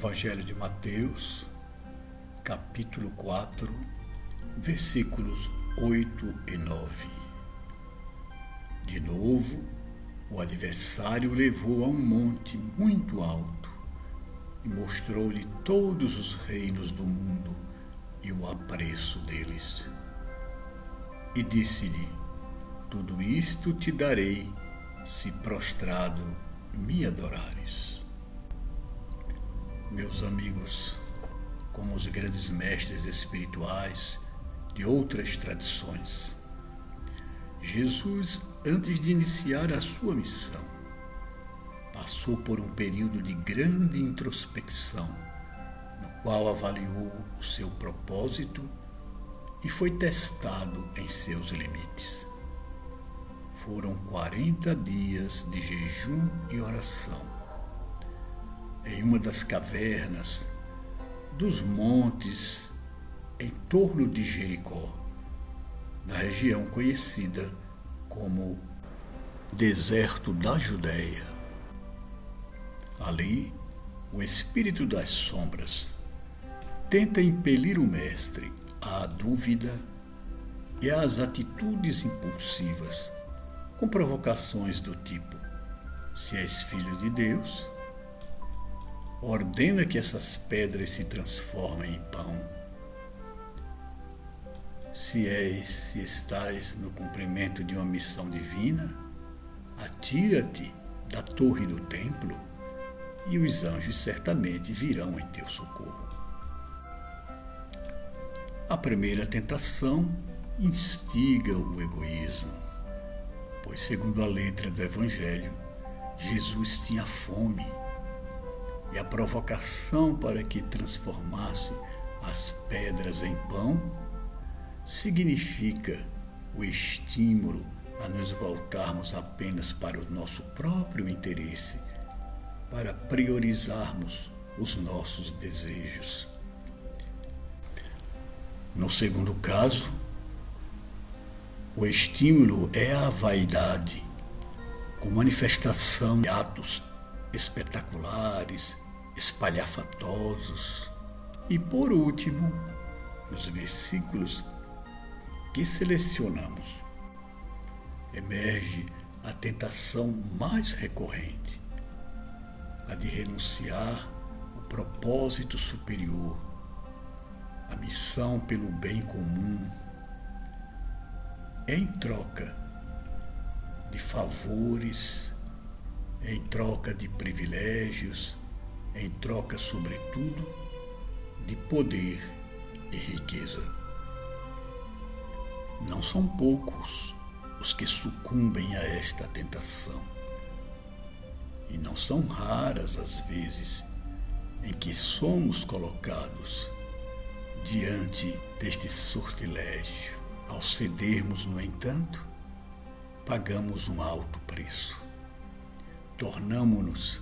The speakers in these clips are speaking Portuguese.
Evangelho de Mateus, capítulo 4, versículos 8 e 9. De novo, o adversário o levou a um monte muito alto e mostrou-lhe todos os reinos do mundo e o apreço deles. E disse-lhe: tudo isto te darei, se prostrado me adorares. Meus amigos, como os grandes mestres espirituais de outras tradições, Jesus, antes de iniciar a sua missão, passou por um período de grande introspecção, no qual avaliou o seu propósito e foi testado em seus limites. Foram 40 dias de jejum e oração, em uma das cavernas dos montes em torno de Jericó, na região conhecida como Deserto da Judéia. Ali, o espírito das sombras tenta impelir o mestre à dúvida e às atitudes impulsivas, com provocações do tipo: se és filho de Deus, ordena que essas pedras se transformem em pão. Se estás no cumprimento de uma missão divina, atira-te da torre do templo e os anjos certamente virão em teu socorro. A primeira tentação instiga o egoísmo, pois, segundo a letra do Evangelho, Jesus tinha fome, e a provocação para que transformasse as pedras em pão significa o estímulo a nos voltarmos apenas para o nosso próprio interesse, para priorizarmos os nossos desejos. No segundo caso, o estímulo é a vaidade, com manifestação de atos espetaculares, espalhafatosos. E por último, nos versículos que selecionamos, emerge a tentação mais recorrente, a de renunciar ao propósito superior, a missão pelo bem comum, em troca de favores, em troca de privilégios, em troca, sobretudo, de poder e riqueza. Não são poucos os que sucumbem a esta tentação, e não são raras as vezes em que somos colocados diante deste sortilégio. Ao cedermos, no entanto, pagamos um alto preço. Tornamo-nos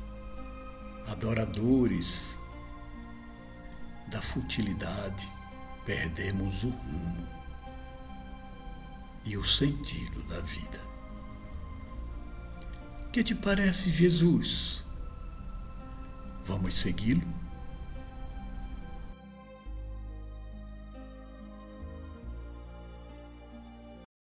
adoradores da futilidade, perdemos o rumo e o sentido da vida. Que te parece Jesus? Vamos segui-lo?